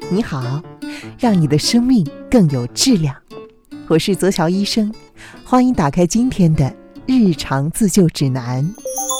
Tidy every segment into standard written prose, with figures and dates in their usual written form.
你好，让你的生命更有质量。我是泽乔医生，欢迎打开今天的日常自救指南。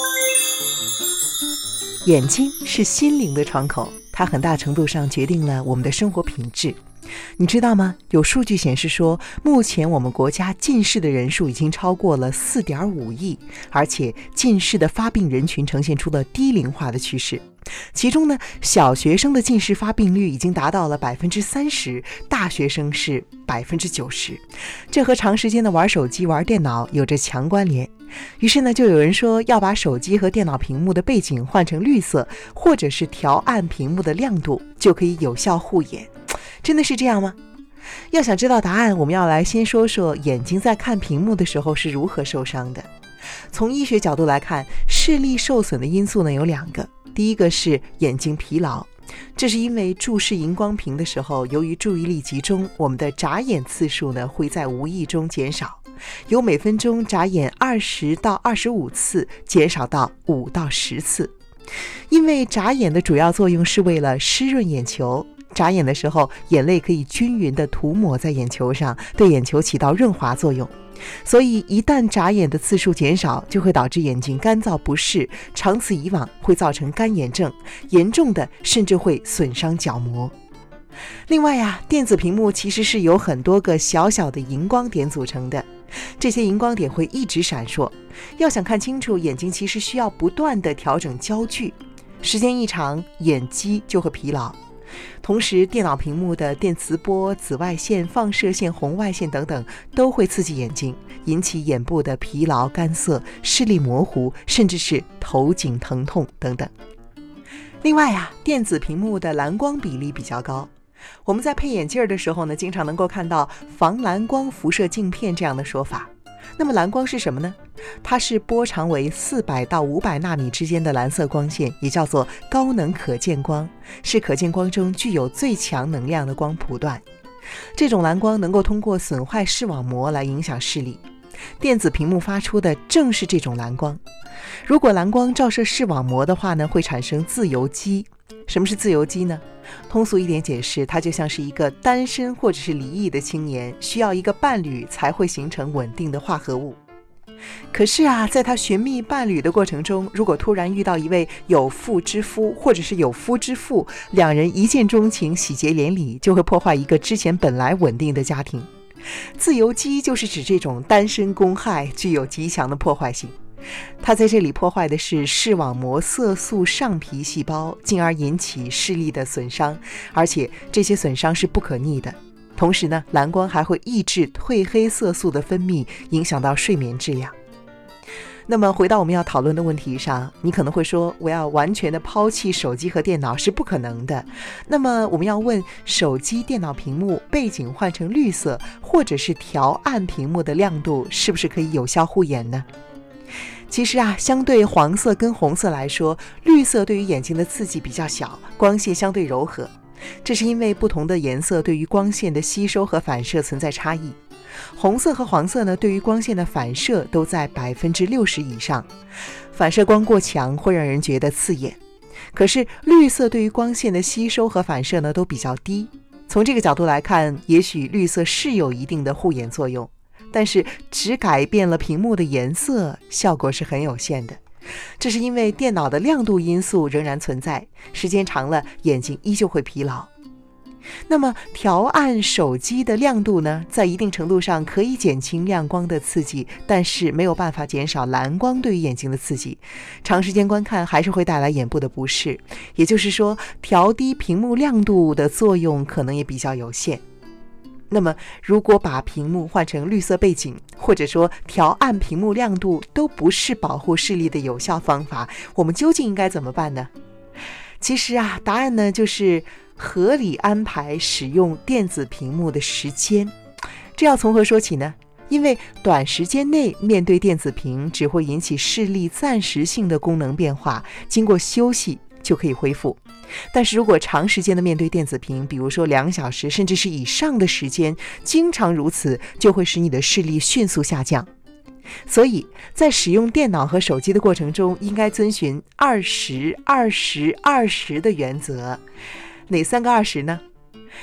眼睛是心灵的窗口，它很大程度上决定了我们的生活品质。你知道吗？有数据显示说，目前我们国家近视的人数已经超过了 4.5 亿，而且近视的发病人群呈现出了低龄化的趋势。其中呢，小学生的近视发病率已经达到了 30%， 大学生是 90%。 这和长时间的玩手机玩电脑有着强关联。于是呢，就有人说要把手机和电脑屏幕的背景换成绿色，或者是调暗屏幕的亮度，就可以有效护眼。真的是这样吗？要想知道答案，我们要来先说说眼睛在看屏幕的时候是如何受伤的。从医学角度来看，视力受损的因素呢有2个。第一个是眼睛疲劳，这是因为注视荧光屏的时候，由于注意力集中，我们的眨眼次数呢会在无意中减少，由每分钟眨眼20到25次减少到5到10次。因为眨眼的主要作用是为了湿润眼球，眨眼的时候，眼泪可以均匀地涂抹在眼球上，对眼球起到润滑作用。所以一旦眨眼的次数减少，就会导致眼睛干燥不适，长此以往会造成干眼症，严重的甚至会损伤角膜。另外呀，电子屏幕其实是由很多个小小的荧光点组成的，这些荧光点会一直闪烁，要想看清楚，眼睛其实需要不断地调整焦距，时间一长，眼肌就会疲劳。同时，电脑屏幕的电磁波、紫外线、放射线、红外线等等都会刺激眼睛，引起眼部的疲劳、干涩、视力模糊，甚至是头颈疼痛等等。另外啊，电子屏幕的蓝光比例比较高，我们在配眼镜的时候呢，经常能够看到防蓝光辐射镜片这样的说法。那么蓝光是什么呢？它是波长为400到500纳米之间的蓝色光线，也叫做高能可见光，是可见光中具有最强能量的光谱段。这种蓝光能够通过损坏视网膜来影响视力，电子屏幕发出的正是这种蓝光。如果蓝光照射视网膜的话呢，会产生自由基。什么是自由基呢？通俗一点解释，它就像是一个单身或者是离异的青年，需要一个伴侣才会形成稳定的化合物。可是啊，在他寻觅伴侣的过程中，如果突然遇到一位有妇之夫或者是有夫之妇，两人一见钟情，喜结连理，就会破坏一个之前本来稳定的家庭。自由基就是指这种单身公害，具有极强的破坏性。它在这里破坏的是视网膜色素上皮细胞，进而引起视力的损伤，而且这些损伤是不可逆的。同时呢，蓝光还会抑制褪黑色素的分泌，影响到睡眠质量。那么回到我们要讨论的问题上，你可能会说，我要完全的抛弃手机和电脑是不可能的。那么我们要问，手机、电脑屏幕背景换成绿色，或者是调暗屏幕的亮度，是不是可以有效护眼呢？其实啊，相对黄色跟红色来说，绿色对于眼睛的刺激比较小，光线相对柔和。这是因为不同的颜色对于光线的吸收和反射存在差异。红色和黄色呢，对于光线的反射都在 60% 以上，反射光过强会让人觉得刺眼。可是绿色对于光线的吸收和反射呢，都比较低。从这个角度来看，也许绿色是有一定的护眼作用，但是只改变了屏幕的颜色，效果是很有限的。这是因为电脑的亮度因素仍然存在，时间长了，眼睛依旧会疲劳。那么调暗手机的亮度呢，在一定程度上可以减轻亮光的刺激，但是没有办法减少蓝光对于眼睛的刺激，长时间观看还是会带来眼部的不适。也就是说，调低屏幕亮度的作用可能也比较有限。那么如果把屏幕换成绿色背景，或者说调暗屏幕亮度，都不是保护视力的有效方法，我们究竟应该怎么办呢？其实啊，答案呢就是合理安排使用电子屏幕的时间。这要从何说起呢？因为短时间内面对电子屏只会引起视力暂时性的功能变化，经过休息就可以恢复。但是如果长时间的面对电子屏，比如说2小时甚至是以上的时间，经常如此，就会使你的视力迅速下降。所以在使用电脑和手机的过程中，应该遵循20-20-20的原则。哪3个20呢？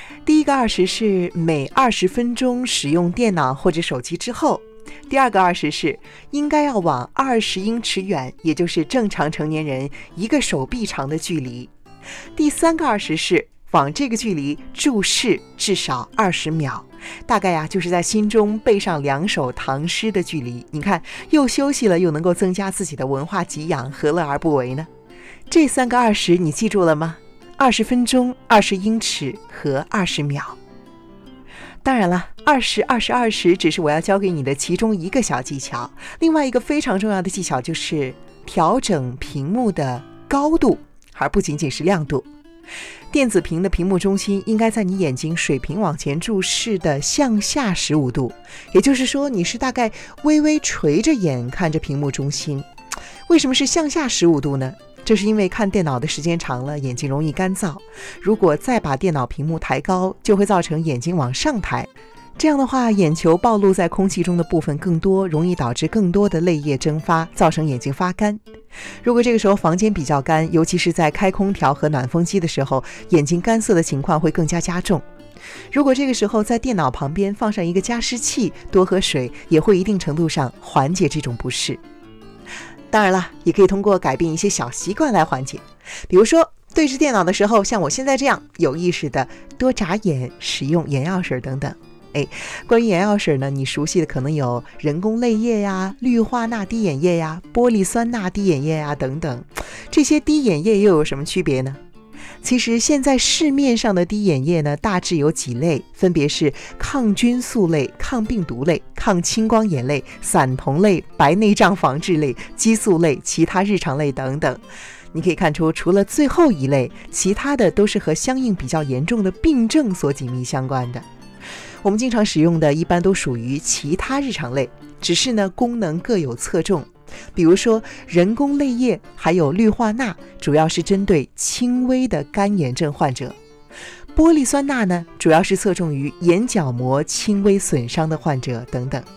第一个20是每20分钟使用电脑或者手机之后，第二个20是应该要往20英尺远，也就是正常成年人一个手臂长的距离。第三个20是往这个距离注视至少20秒，大概就是在心中背上2首唐诗的距离。你看，又休息了，又能够增加自己的文化给养，何乐而不为呢？这3个20你记住了吗？20分钟、20英尺和20秒。当然了，20、20、20只是我要教给你的其中一个小技巧，另外一个非常重要的技巧就是调整屏幕的高度，而不仅仅是亮度。电子屏的屏幕中心应该在你眼睛水平往前注视的向下15度，也就是说你是大概微微垂着眼看着屏幕中心。为什么是向下15度呢？这是因为看电脑的时间长了，眼睛容易干燥，如果再把电脑屏幕抬高，就会造成眼睛往上抬，这样的话眼球暴露在空气中的部分更多，容易导致更多的泪液蒸发，造成眼睛发干。如果这个时候房间比较干，尤其是在开空调和暖风机的时候，眼睛干涩的情况会更加加重。如果这个时候在电脑旁边放上一个加湿器，多喝水，也会一定程度上缓解这种不适。当然了，也可以通过改变一些小习惯来缓解，比如说对着电脑的时候，像我现在这样有意识的多眨眼，使用眼药水等等。关于眼药水呢，你熟悉的可能有人工泪液呀、氯化钠滴眼液呀、玻璃酸钠滴眼液呀等等。这些滴眼液又有什么区别呢？其实现在市面上的滴眼液呢，大致有几类，分别是抗菌素类、抗病毒类、抗青光眼类、散瞳类、白内障防治类、激素类、其他日常类等等。你可以看出，除了最后一类，其他的都是和相应比较严重的病症所紧密相关的。我们经常使用的一般都属于其他日常类，只是呢功能各有侧重。比如说人工泪液还有氯化钠，主要是针对轻微的干眼症患者；玻璃酸钠呢，主要是侧重于眼角膜轻微损伤的患者等等。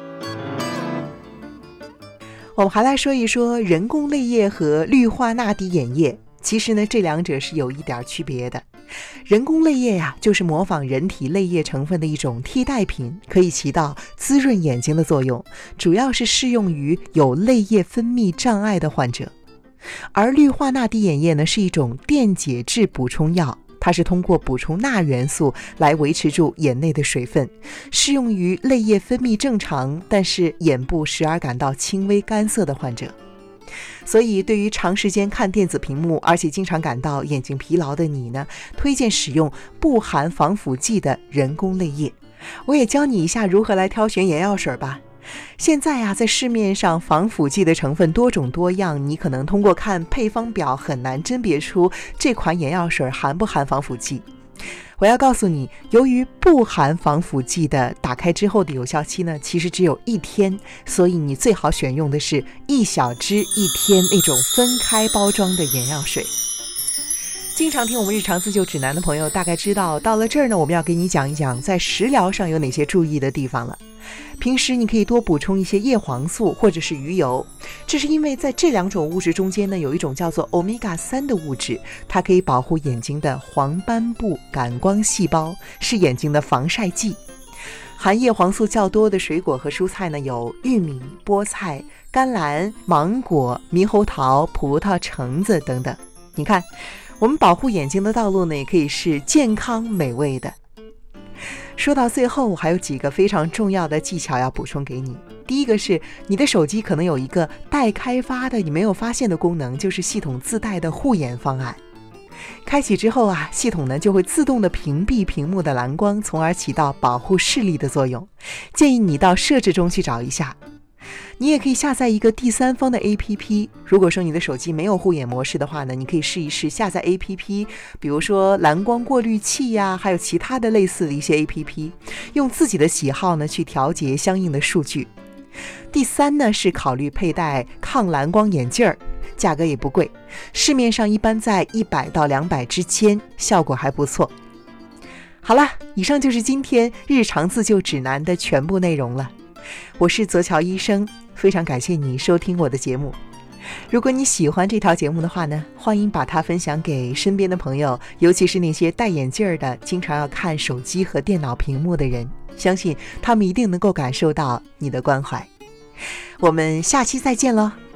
我们还来说一说人工泪液和氯化钠滴眼液，其实呢这两者是有一点区别的。人工泪液就是模仿人体泪液成分的一种替代品，可以起到滋润眼睛的作用，主要是适用于有泪液分泌障碍的患者。而氯化钠滴眼液呢，是一种电解质补充药，它是通过补充钠元素来维持住眼内的水分，适用于泪液分泌正常，但是眼部时而感到轻微干涩的患者。所以对于长时间看电子屏幕，而且经常感到眼睛疲劳的你呢，推荐使用不含防腐剂的人工泪液。我也教你一下如何来挑选眼药水吧。现在在市面上防腐剂的成分多种多样，你可能通过看配方表很难甄别出这款眼药水含不含防腐剂。我要告诉你，由于不含防腐剂的打开之后的有效期呢，其实只有1天，所以你最好选用的是1小支1天那种分开包装的眼药水。经常听我们日常自救指南的朋友大概知道，到了这儿呢，我们要给你讲一讲在食疗上有哪些注意的地方了。平时你可以多补充一些叶黄素或者是鱼油，这是因为在这2种物质中间呢，有一种叫做 Omega-3 的物质，它可以保护眼睛的黄斑部感光细胞，是眼睛的防晒剂。含叶黄素较多的水果和蔬菜呢，有玉米、菠菜、甘蓝、芒果、猕猴桃、葡萄、橙子等等。你看，我们保护眼睛的道路呢，也可以是健康美味的。说到最后，我还有几个非常重要的技巧要补充给你。第一个是，你的手机可能有一个待开发的你没有发现的功能，就是系统自带的护眼方案。开启之后系统呢就会自动的屏蔽屏幕的蓝光，从而起到保护视力的作用。建议你到设置中去找一下。你也可以下载一个第三方的 APP， 如果说你的手机没有护眼模式的话呢，你可以试一试下载 APP， 比如说蓝光过滤器还有其他的类似的一些 APP， 用自己的喜好呢去调节相应的数据。第三呢是考虑佩戴抗蓝光眼镜儿，价格也不贵，市面上一般在100到200之间，效果还不错。好了，以上就是今天日常自救指南的全部内容了。我是泽乔医生，非常感谢你收听我的节目。 如果你喜欢这条节目的话呢，欢迎把它分享给身边的朋友，尤其是那些戴眼镜的，经常要看手机和电脑屏幕的人，相信他们一定能够感受到你的关怀。我们下期再见咯。